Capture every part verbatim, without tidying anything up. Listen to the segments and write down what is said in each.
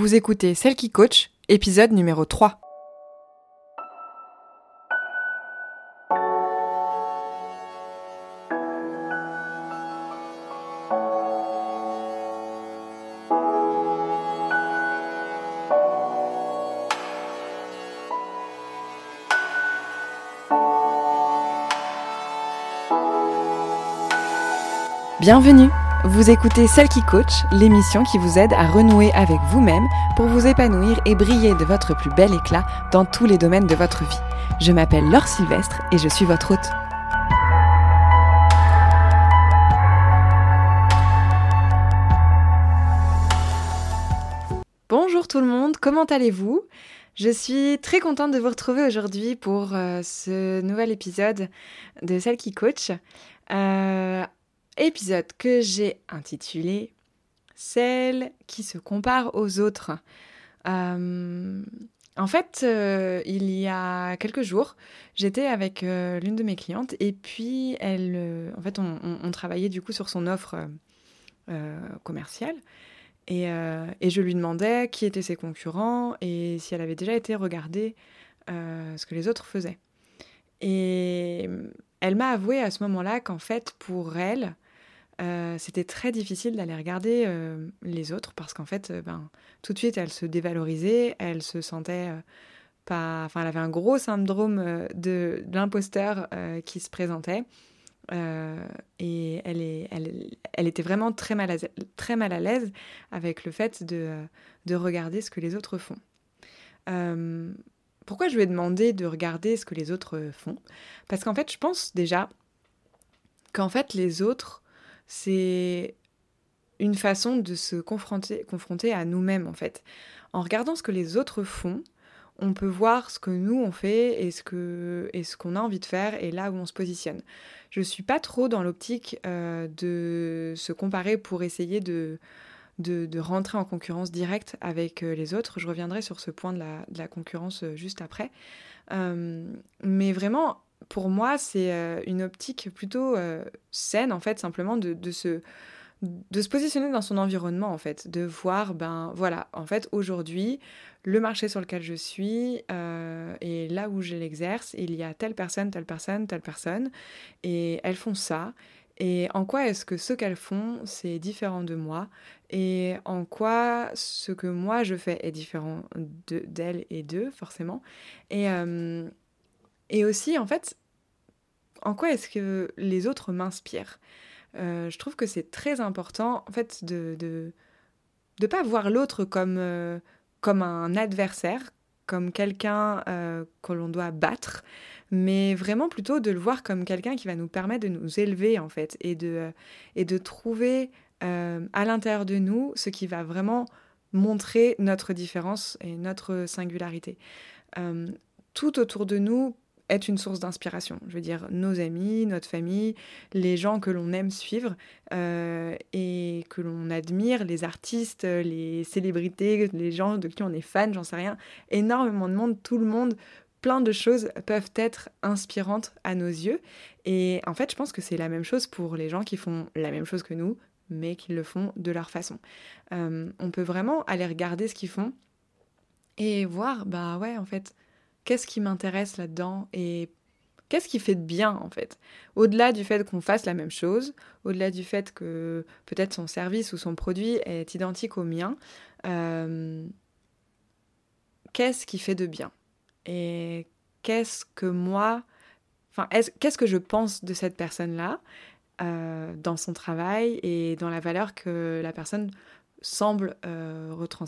Vous écoutez Celle qui coach, épisode numéro trois. Bienvenue! Vous écoutez Celle qui coach, l'émission qui vous aide à renouer avec vous-même pour vous épanouir et briller de votre plus bel éclat dans tous les domaines de votre vie. Je m'appelle Laure Sylvestre et je suis votre hôte. Bonjour tout le monde, comment allez-vous ? Je suis très contente de vous retrouver aujourd'hui pour euh, ce nouvel épisode de Celle qui coach. Euh, épisode que j'ai intitulé « Celle qui se compare aux autres ». Euh, en fait, euh, il y a quelques jours, j'étais avec euh, l'une de mes clientes et puis elle, euh, en fait, on, on, on travaillait du coup sur son offre euh, commerciale. Et, euh, et je lui demandais qui étaient ses concurrents et si elle avait déjà été regarder euh, ce que les autres faisaient. Et elle m'a avoué à ce moment-là qu'en fait, pour elle, euh, c'était très difficile d'aller regarder euh, les autres parce qu'en fait, euh, ben, tout de suite, elle se dévalorisait, elle se sentait euh, pas... Enfin, elle avait un gros syndrome euh, de, de l'imposteur euh, qui se présentait. Euh, et elle, est, elle, elle était vraiment très mal, à, très mal à l'aise avec le fait de, de regarder ce que les autres font. Euh, pourquoi je lui ai demandé de regarder ce que les autres font ? Parce qu'en fait, je pense déjà qu'en fait, les autres, c'est une façon de se confronter, confronter à nous-mêmes, en fait. En regardant ce que les autres font, on peut voir ce que nous, on fait et ce, que, et ce qu'on a envie de faire et là où on se positionne. Je ne suis pas trop dans l'optique euh, de se comparer pour essayer de, de, de rentrer en concurrence directe avec euh, les autres. Je reviendrai sur ce point de la, de la concurrence euh, juste après. Euh, mais vraiment, pour moi, c'est euh, une optique plutôt euh, saine, en fait, simplement de, de se... de se positionner dans son environnement, en fait, de voir, ben voilà, en fait, aujourd'hui, le marché sur lequel je suis euh, et là où je l'exerce, il y a telle personne, telle personne, telle personne, et elles font ça. Et en quoi est-ce que ce qu'elles font, c'est différent de moi ? Et en quoi ce que moi je fais est différent de, d'elles et d'eux, forcément ? Et, euh, et aussi, en fait, en quoi est-ce que les autres m'inspirent ? Euh, je trouve que c'est très important, en fait, de de de pas voir l'autre comme euh, comme un adversaire, comme quelqu'un euh, que l'on doit battre, mais vraiment plutôt de le voir comme quelqu'un qui va nous permettre de nous élever, en fait, et de euh, et de trouver euh, à l'intérieur de nous ce qui va vraiment montrer notre différence et notre singularité. Euh, tout autour de nous est une source d'inspiration. Je veux dire, nos amis, notre famille, les gens que l'on aime suivre euh, et que l'on admire, les artistes, les célébrités, les gens de qui on est fan, j'en sais rien. Énormément de monde, tout le monde, plein de choses peuvent être inspirantes à nos yeux. Et en fait, je pense que c'est la même chose pour les gens qui font la même chose que nous, mais qui le font de leur façon. Euh, on peut vraiment aller regarder ce qu'ils font et voir, bah ouais, en fait, qu'est-ce qui m'intéresse là-dedans et qu'est-ce qui fait de bien, en fait ? Au-delà du fait qu'on fasse la même chose, au-delà du fait que peut-être son service ou son produit est identique au mien, euh, qu'est-ce qui fait de bien ? Et qu'est-ce que moi... Enfin, est-ce, qu'est-ce que je pense de cette personne-là euh, dans son travail et dans la valeur que la personne semble euh, retransmettre ?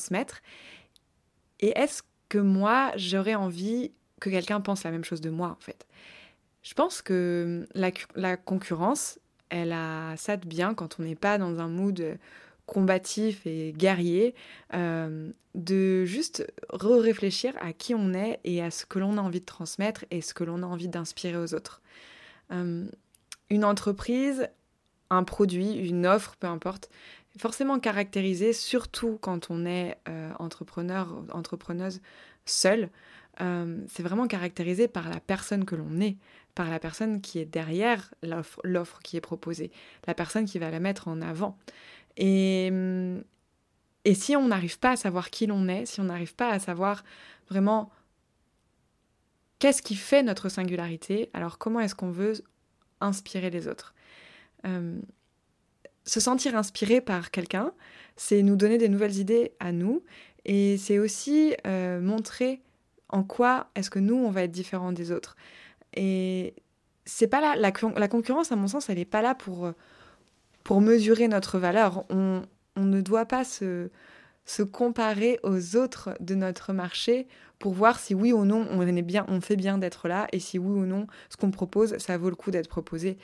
Et est-ce que moi, j'aurais envie que quelqu'un pense la même chose de moi, en fait ? Je pense que la, la concurrence, elle a ça de bien quand on n'est pas dans un mood combatif et guerrier, euh, de juste réfléchir à qui on est et à ce que l'on a envie de transmettre et ce que l'on a envie d'inspirer aux autres. Euh, une entreprise, un produit, une offre, peu importe, forcément caractérisé, surtout quand on est euh, entrepreneur, entrepreneuse seule, euh, c'est vraiment caractérisé par la personne que l'on est, par la personne qui est derrière l'offre, l'offre qui est proposée, la personne qui va la mettre en avant. Et, Et si on n'arrive pas à savoir qui l'on est, si on n'arrive pas à savoir vraiment qu'est-ce qui fait notre singularité, alors comment est-ce qu'on veut inspirer les autres ? euh, Se sentir inspiré par quelqu'un, c'est nous donner des nouvelles idées à nous, et c'est aussi euh, montrer en quoi est-ce que nous, on va être différent des autres. Et c'est pas là, la, la concurrence, à mon sens, elle n'est pas là pour, pour mesurer notre valeur. On, on ne doit pas se, se comparer aux autres de notre marché pour voir si oui ou non on, est bien, on fait bien d'être là, et si oui ou non ce qu'on propose, ça vaut le coup d'être proposé.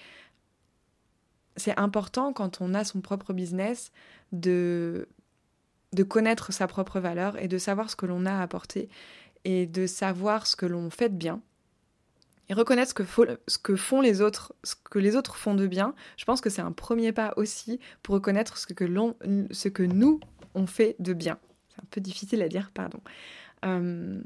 C'est important quand on a son propre business de, de connaître sa propre valeur et de savoir ce que l'on a à apporter et de savoir ce que l'on fait de bien et reconnaître ce que, faut, ce que font les autres, ce que les autres font de bien. Je pense que c'est un premier pas aussi pour reconnaître ce que, l'on, ce que nous, on fait de bien. C'est un peu difficile à dire, pardon. Euh,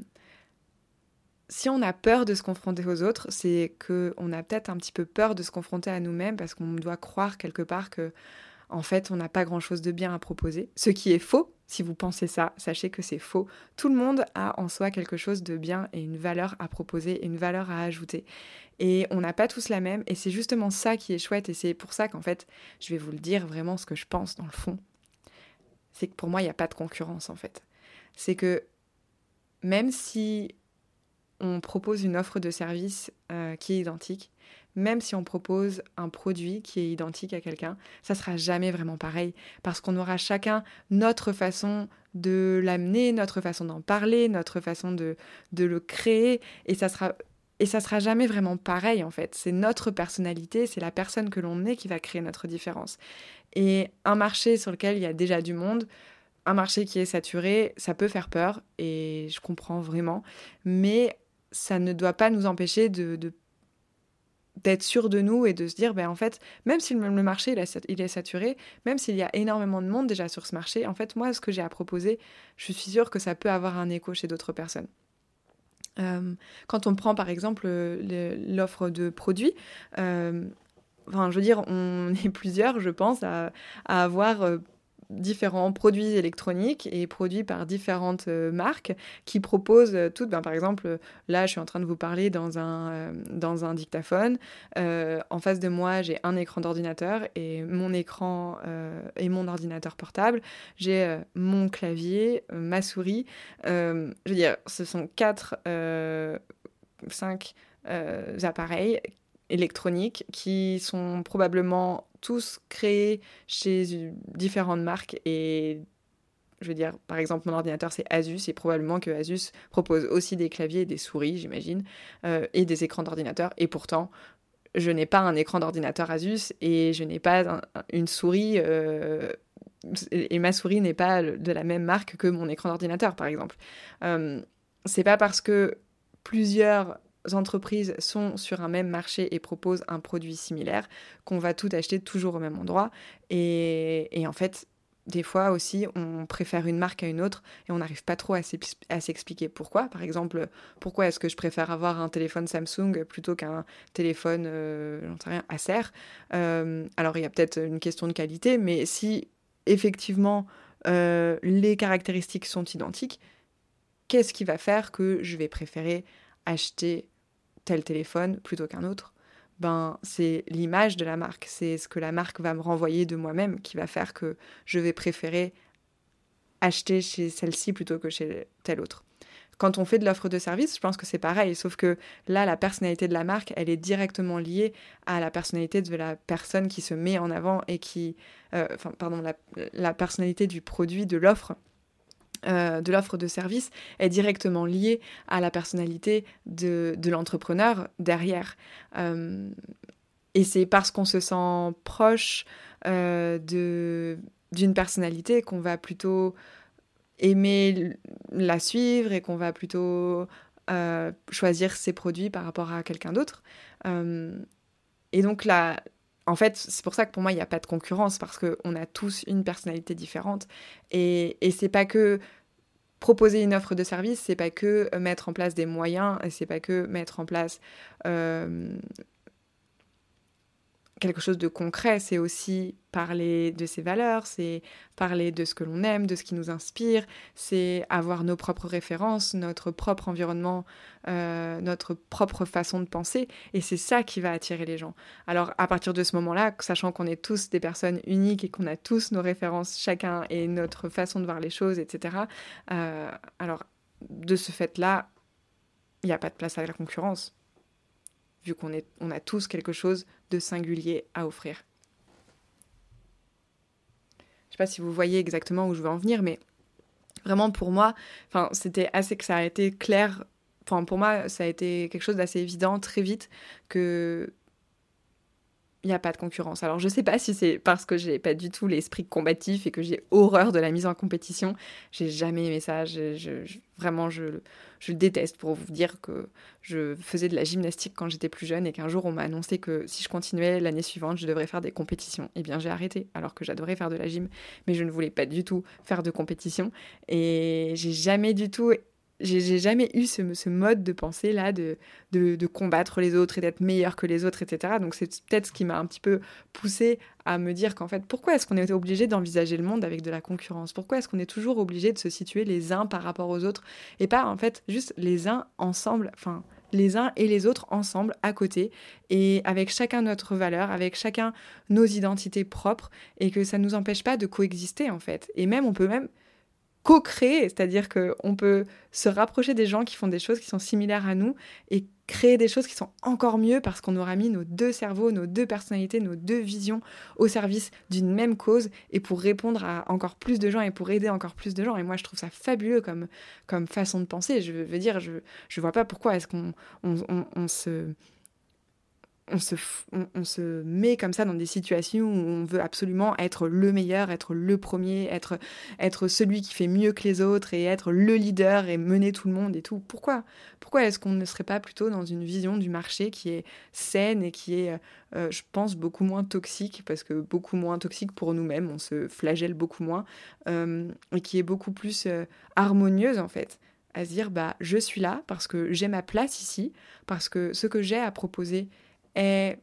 si on a peur de se confronter aux autres, c'est qu'on a peut-être un petit peu peur de se confronter à nous-mêmes parce qu'on doit croire quelque part que, en fait, on n'a pas grand-chose de bien à proposer. Ce qui est faux. Si vous pensez ça, sachez que c'est faux. Tout le monde a en soi quelque chose de bien et une valeur à proposer et une valeur à ajouter. Et on n'a pas tous la même, et c'est justement ça qui est chouette, et c'est pour ça qu'en fait, je vais vous le dire vraiment ce que je pense dans le fond. C'est que pour moi, il n'y a pas de concurrence en fait. C'est que même si on propose une offre de service euh, qui est identique, même si on propose un produit qui est identique à quelqu'un, ça sera jamais vraiment pareil, parce qu'on aura chacun notre façon de l'amener, notre façon d'en parler, notre façon de, de le créer, et ça sera, et ça sera jamais vraiment pareil en fait. C'est notre personnalité, c'est la personne que l'on est qui va créer notre différence. Et un marché sur lequel il y a déjà du monde, un marché qui est saturé, ça peut faire peur, et je comprends vraiment, mais ça ne doit pas nous empêcher de, de d'être sûr de nous et de se dire, ben en fait, même si le marché il est, il est saturé, même s'il y a énormément de monde déjà sur ce marché, en fait, moi, ce que j'ai à proposer, je suis sûre que ça peut avoir un écho chez d'autres personnes. Euh, quand on prend, par exemple, le, l'offre de produits, euh, enfin, je veux dire, on est plusieurs, je pense, à, à avoir... Euh, différents produits électroniques et produits par différentes euh, marques qui proposent euh, toutes, ben, par exemple, euh, là je suis en train de vous parler dans un, euh, dans un dictaphone, euh, en face de moi j'ai un écran d'ordinateur et mon écran euh, et mon ordinateur portable, j'ai euh, mon clavier, euh, ma souris, euh, je veux dire, ce sont quatre, euh, cinq euh, appareils électroniques qui sont probablement tous créés chez différentes marques, et je veux dire, par exemple, mon ordinateur c'est Asus, et probablement que Asus propose aussi des claviers et des souris, j'imagine, euh, et des écrans d'ordinateur, et pourtant je n'ai pas un écran d'ordinateur Asus et je n'ai pas un, une souris euh, et ma souris n'est pas de la même marque que mon écran d'ordinateur, par exemple. Euh, c'est pas parce que plusieurs entreprises sont sur un même marché et proposent un produit similaire qu'on va tout acheter toujours au même endroit. Et, et en fait, des fois aussi, on préfère une marque à une autre et on n'arrive pas trop à s'expliquer pourquoi. Par exemple, pourquoi est-ce que je préfère avoir un téléphone Samsung plutôt qu'un téléphone, euh, j'en sais rien, Acer. Euh, alors, il y a peut-être une question de qualité, mais si effectivement euh, les caractéristiques sont identiques, qu'est-ce qui va faire que je vais préférer acheter tel téléphone plutôt qu'un autre? Ben, c'est l'image de la marque, c'est ce que la marque va me renvoyer de moi-même qui va faire que je vais préférer acheter chez celle-ci plutôt que chez telle autre. Quand on fait de l'offre de service, je pense que c'est pareil, sauf que là, la personnalité de la marque, elle est directement liée à la personnalité de la personne qui se met en avant et qui... Euh, enfin, pardon, la, la personnalité du produit, de l'offre, Euh, de l'offre de service est directement liée à la personnalité de, de l'entrepreneur derrière. Euh, et c'est parce qu'on se sent proche euh, de, d'une personnalité qu'on va plutôt aimer la suivre et qu'on va plutôt euh, choisir ses produits par rapport à quelqu'un d'autre. Euh, et donc là, en fait, c'est pour ça que pour moi, il n'y a pas de concurrence, parce qu'on a tous une personnalité différente. Et, et c'est pas que proposer une offre de service, c'est pas que mettre en place des moyens, et c'est pas que mettre en place euh, quelque chose de concret, c'est aussi parler de ses valeurs, c'est parler de ce que l'on aime, de ce qui nous inspire, c'est avoir nos propres références, notre propre environnement, euh, notre propre façon de penser, et c'est ça qui va attirer les gens. Alors à partir de ce moment-là, sachant qu'on est tous des personnes uniques et qu'on a tous nos références chacun et notre façon de voir les choses, et cetera, euh, alors de ce fait-là, il n'y a pas de place à la concurrence, vu qu'on est, on a tous quelque chose de singulier à offrir. Je sais pas si vous voyez exactement où je veux en venir, mais vraiment pour moi, enfin, c'était assez que ça a été clair. Enfin, pour moi, ça a été quelque chose d'assez évident très vite que il n'y a pas de concurrence. Alors, je sais pas si c'est parce que j'ai pas du tout l'esprit combatif et que j'ai horreur de la mise en compétition. J'ai jamais aimé ça. Je, je, je, vraiment, je, je déteste, pour vous dire que je faisais de la gymnastique quand j'étais plus jeune et qu'un jour, on m'a annoncé que si je continuais l'année suivante, je devrais faire des compétitions. Eh bien, j'ai arrêté, alors que j'adorais faire de la gym, mais je ne voulais pas du tout faire de compétition. Et j'ai jamais du tout... J'ai, j'ai jamais eu ce, ce mode de pensée là de, de, de combattre les autres et d'être meilleur que les autres, et cetera. Donc c'est peut-être ce qui m'a un petit peu poussée à me dire qu'en fait, pourquoi est-ce qu'on est obligé d'envisager le monde avec de la concurrence ? Pourquoi est-ce qu'on est toujours obligé de se situer les uns par rapport aux autres et pas en fait juste les uns ensemble, enfin les uns et les autres ensemble à côté et avec chacun notre valeur, avec chacun nos identités propres et que ça ne nous empêche pas de coexister en fait. Et même on peut même co-créer, c'est-à-dire qu'on peut se rapprocher des gens qui font des choses qui sont similaires à nous et créer des choses qui sont encore mieux parce qu'on aura mis nos deux cerveaux, nos deux personnalités, nos deux visions au service d'une même cause et pour répondre à encore plus de gens et pour aider encore plus de gens. Et moi, je trouve ça fabuleux comme, comme façon de penser. Je veux dire, je ne vois pas pourquoi est-ce qu'on on, on, on se... On se, on, on se met comme ça dans des situations où on veut absolument être le meilleur, être le premier, être, être celui qui fait mieux que les autres et être le leader et mener tout le monde et tout. Pourquoi ? Pourquoi est-ce qu'on ne serait pas plutôt dans une vision du marché qui est saine et qui est, euh, je pense, beaucoup moins toxique, parce que beaucoup moins toxique pour nous-mêmes, on se flagelle beaucoup moins, euh, et qui est beaucoup plus euh, harmonieuse en fait, à se dire, bah, je suis là parce que j'ai ma place ici, parce que ce que j'ai à proposer est,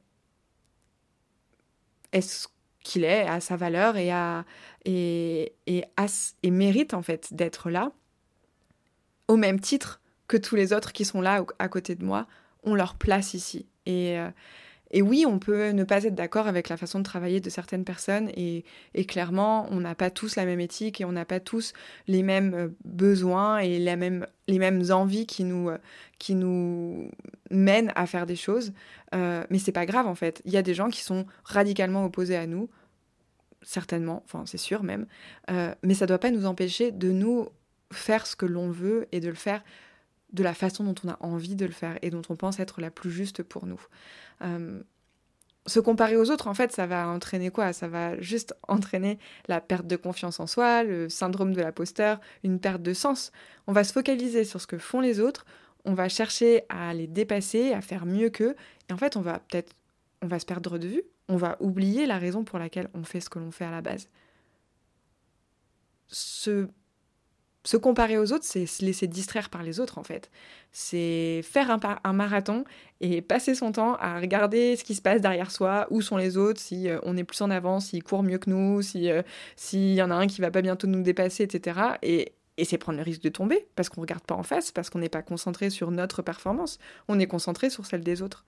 est ce qu'il est, à sa valeur et, à, et, et, à, et mérite en fait d'être là, au même titre que tous les autres qui sont là à côté de moi ont leur place ici. Et, euh, et oui, on peut ne pas être d'accord avec la façon de travailler de certaines personnes et, et clairement, on n'a pas tous la même éthique et on n'a pas tous les mêmes besoins et la même, les mêmes envies qui nous, qui nous mènent à faire des choses. Euh, mais c'est pas grave en fait. Il y a des gens qui sont radicalement opposés à nous, certainement, enfin c'est sûr même, euh, mais ça doit pas nous empêcher de nous faire ce que l'on veut et de le faire de la façon dont on a envie de le faire et dont on pense être la plus juste pour nous. Euh, se comparer aux autres, en fait, ça va entraîner quoi ? Ça va juste entraîner la perte de confiance en soi, le syndrome de l'imposteur, une perte de sens. On va se focaliser sur ce que font les autres, on va chercher à les dépasser, à faire mieux qu'eux, et en fait, on va peut-être, on va se perdre de vue, on va oublier la raison pour laquelle on fait ce que l'on fait à la base. Se Se comparer aux autres, c'est se laisser distraire par les autres, en fait. C'est faire un, par- un marathon et passer son temps à regarder ce qui se passe derrière soi, où sont les autres, si euh, on est plus en avance, s'ils courent mieux que nous, si, euh, s'il y en a un qui va pas bientôt nous dépasser, et cetera. Et, et c'est prendre le risque de tomber, parce qu'on regarde pas en face, parce qu'on n'est pas concentré sur notre performance, on est concentré sur celle des autres.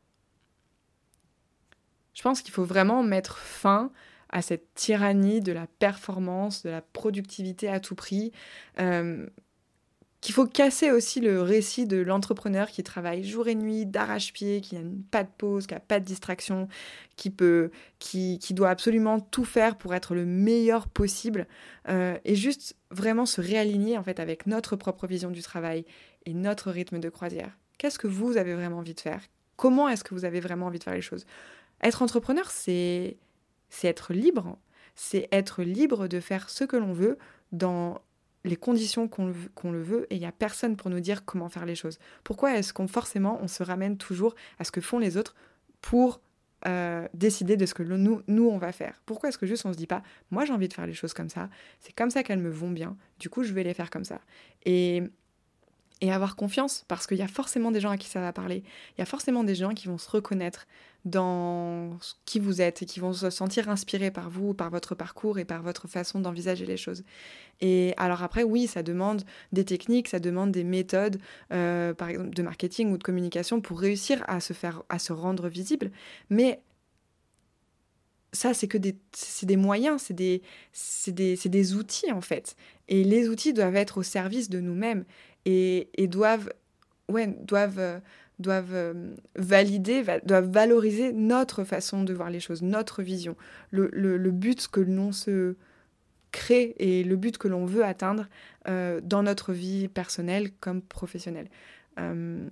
Je pense qu'il faut vraiment mettre fin à cette tyrannie de la performance, de la productivité à tout prix, euh, qu'il faut casser aussi le récit de l'entrepreneur qui travaille jour et nuit, d'arrache-pied, qui n'a pas de pause, qui n'a pas de distraction, qui, peut, qui, qui doit absolument tout faire pour être le meilleur possible, euh, et juste vraiment se réaligner en fait, avec notre propre vision du travail et notre rythme de croisière. Qu'est-ce que vous avez vraiment envie de faire ? Comment est-ce que vous avez vraiment envie de faire les choses ? Être entrepreneur, c'est... c'est être libre, c'est être libre de faire ce que l'on veut dans les conditions qu'on le, qu'on le veut et il n'y a personne pour nous dire comment faire les choses. Pourquoi est-ce qu'on forcément on se ramène toujours à ce que font les autres pour euh, décider de ce que le, nous, nous on va faire ? Pourquoi est-ce que juste on se dit pas moi j'ai envie de faire les choses comme ça, c'est comme ça qu'elles me vont bien, du coup je vais les faire comme ça. Et, Et avoir confiance, parce qu'il y a forcément des gens à qui ça va parler. Il y a forcément des gens qui vont se reconnaître dans qui vous êtes et qui vont se sentir inspirés par vous, par votre parcours et par votre façon d'envisager les choses. Et alors après, oui, ça demande des techniques, ça demande des méthodes, euh, par exemple de marketing ou de communication pour réussir à se faire, à se rendre visible. Mais ça, c'est que des, c'est des moyens, c'est des, c'est des, c'est des outils en fait. Et les outils doivent être au service de nous-mêmes et, et doivent, ouais, doivent, euh, doivent euh, valider, va- doivent valoriser notre façon de voir les choses, notre vision, le, le, le but que l'on se crée et le but que l'on veut atteindre euh, dans notre vie personnelle comme professionnelle. Euh,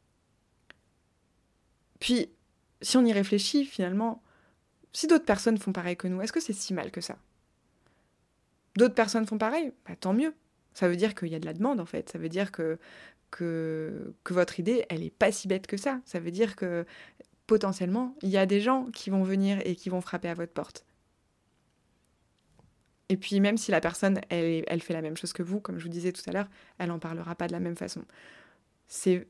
Puis, si on y réfléchit, finalement, si d'autres personnes font pareil que nous, est-ce que c'est si mal que ça? D'autres personnes font pareil? Bah, tant mieux. Ça veut dire qu'il y a de la demande, en fait. Ça veut dire que, que, que votre idée, elle est pas si bête que ça. Ça veut dire que, potentiellement, il y a des gens qui vont venir et qui vont frapper à votre porte. Et puis, même si la personne, elle, elle fait la même chose que vous, comme je vous disais tout à l'heure, elle n'en parlera pas de la même façon. C'est...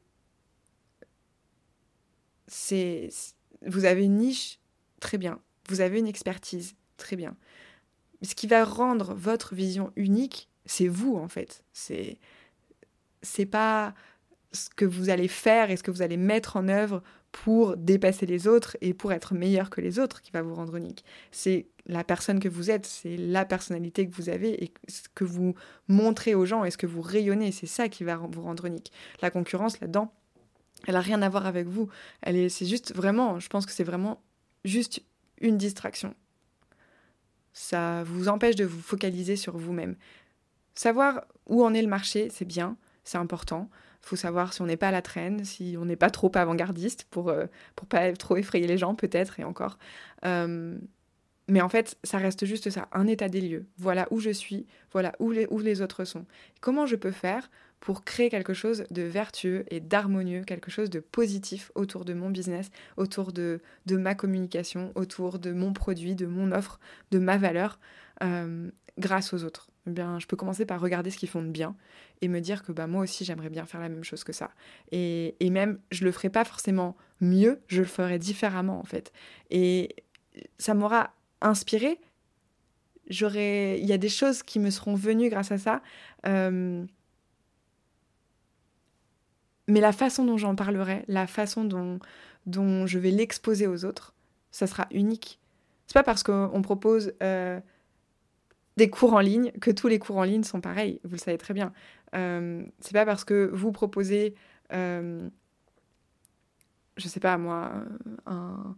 c'est... Vous avez une niche, très bien. Vous avez une expertise, très bien. Ce qui va rendre votre vision unique, c'est vous, en fait. C'est, c'est pas ce que vous allez faire et ce que vous allez mettre en œuvre pour dépasser les autres et pour être meilleur que les autres qui va vous rendre unique. C'est la personne que vous êtes, c'est la personnalité que vous avez et ce que vous montrez aux gens et ce que vous rayonnez, c'est ça qui va vous rendre unique. La concurrence, là-dedans, elle n'a rien à voir avec vous. Elle est, c'est juste vraiment, je pense que c'est vraiment juste une distraction. Ça vous empêche de vous focaliser sur vous-même. Savoir où en est le marché, c'est bien, c'est important. Il faut savoir si on n'est pas à la traîne, si on n'est pas trop avant-gardiste pour euh, pour pas trop effrayer les gens, peut-être, et encore. Euh, mais en fait, ça reste juste ça, un état des lieux. Voilà où je suis, voilà où les, où les autres sont. Comment je peux faire pour créer quelque chose de vertueux et d'harmonieux, quelque chose de positif autour de mon business, autour de, de ma communication, autour de mon produit, de mon offre, de ma valeur, euh, grâce aux autres. Eh bien, je peux commencer par regarder ce qu'ils font de bien et me dire que bah, moi aussi, j'aimerais bien faire la même chose que ça. Et, et même, je le ferai pas forcément mieux, je le ferai différemment, en fait. Et ça m'aura inspiré. J'aurais, il y a des choses qui me seront venues grâce à ça. Euh, mais la façon dont j'en parlerai, la façon dont, dont je vais l'exposer aux autres, ça sera unique. C'est pas parce qu'on propose euh, des cours en ligne que tous les cours en ligne sont pareils. Vous le savez très bien. Euh, c'est pas parce que vous proposez, euh, je sais pas moi, un,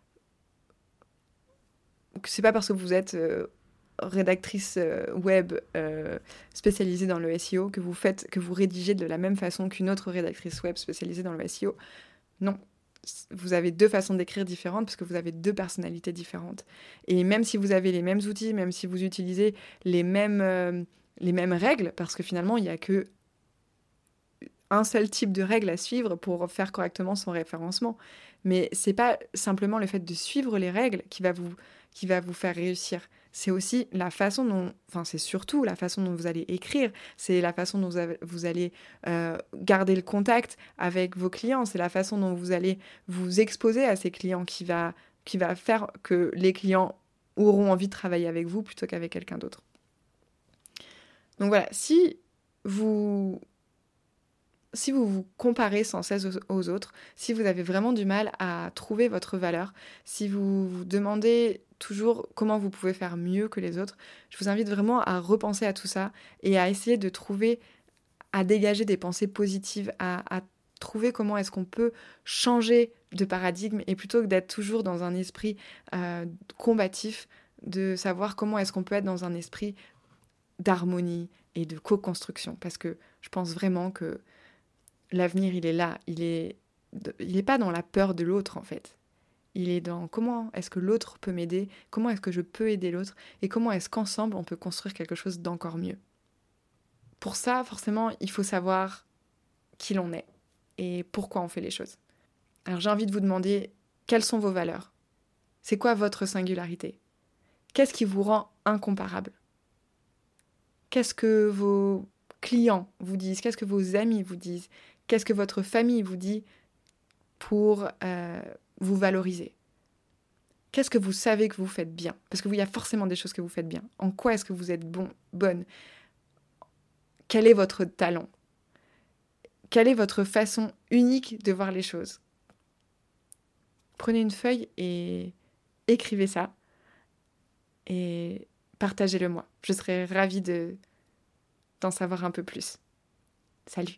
c'est pas parce que vous êtes euh, rédactrice euh, web euh, spécialisée dans le S E O que vous faites, que vous rédigez de la même façon qu'une autre rédactrice web spécialisée dans le S E O. Non, vous avez deux façons d'écrire différentes parce que vous avez deux personnalités différentes. Et même si vous avez les mêmes outils, même si vous utilisez les mêmes, euh, les mêmes règles, parce que finalement, il n'y a que un seul type de règles à suivre pour faire correctement son référencement. Mais c'est pas simplement le fait de suivre les règles qui va vous, qui va vous faire réussir. C'est aussi la façon dont, enfin c'est surtout la façon dont vous allez écrire, c'est la façon dont vous, avez, vous allez euh, garder le contact avec vos clients, c'est la façon dont vous allez vous exposer à ces clients qui va, qui va faire que les clients auront envie de travailler avec vous plutôt qu'avec quelqu'un d'autre. Donc voilà, si vous si vous vous comparez sans cesse aux, aux autres, si vous avez vraiment du mal à trouver votre valeur, si vous vous demandez toujours comment vous pouvez faire mieux que les autres, je vous invite vraiment à repenser à tout ça et à essayer de trouver, à dégager des pensées positives, à, à trouver comment est-ce qu'on peut changer de paradigme et plutôt que d'être toujours dans un esprit euh, combatif, de savoir comment est-ce qu'on peut être dans un esprit d'harmonie et de co-construction. Parce que je pense vraiment que l'avenir, il est là. Il est, il est pas dans la peur de l'autre, en fait. Il est dans comment est-ce que l'autre peut m'aider, comment est-ce que je peux aider l'autre, et comment est-ce qu'ensemble, on peut construire quelque chose d'encore mieux. Pour ça, forcément, il faut savoir qui l'on est et pourquoi on fait les choses. Alors j'ai envie de vous demander, quelles sont vos valeurs? C'est quoi votre singularité? Qu'est-ce qui vous rend incomparable? Qu'est-ce que vos... clients vous disent, qu'est-ce que vos amis vous disent, qu'est-ce que votre famille vous dit pour euh, vous valoriser. Qu'est-ce que vous savez que vous faites bien? Parce qu'il y a forcément des choses que vous faites bien. En quoi est-ce que vous êtes bon, bonne? Quel est votre talent? Quelle est votre façon unique de voir les choses? Prenez une feuille et écrivez ça et partagez-le moi. Je serais ravie de, d'en savoir un peu plus. Salut!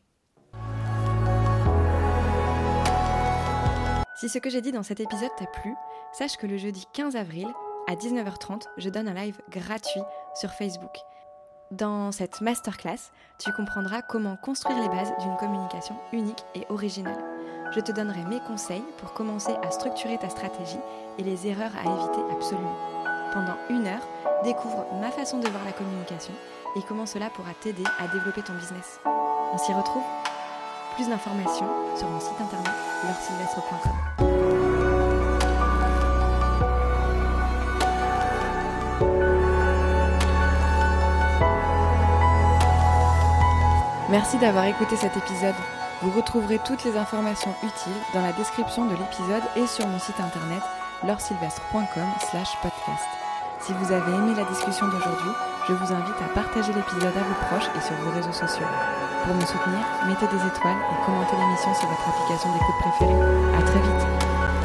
Si ce que j'ai dit dans cet épisode t'a plu, sache que le jeudi quinze avril, à dix-neuf heures trente, je donne un live gratuit sur Facebook. Dans cette masterclass, tu comprendras comment construire les bases d'une communication unique et originale. Je te donnerai mes conseils pour commencer à structurer ta stratégie et les erreurs à éviter absolument. Pendant une heure, découvre ma façon de voir la communication et comment cela pourra t'aider à développer ton business. On s'y retrouve ? Plus d'informations sur mon site internet laure sylvestre point com. Merci d'avoir écouté cet épisode. Vous retrouverez toutes les informations utiles dans la description de l'épisode et sur mon site internet laure sylvestre point com slash podcast. Si vous avez aimé la discussion d'aujourd'hui, je vous invite à partager l'épisode à vos proches et sur vos réseaux sociaux. Pour me soutenir, mettez des étoiles et commentez l'émission sur votre application d'écoute préférée. À très vite!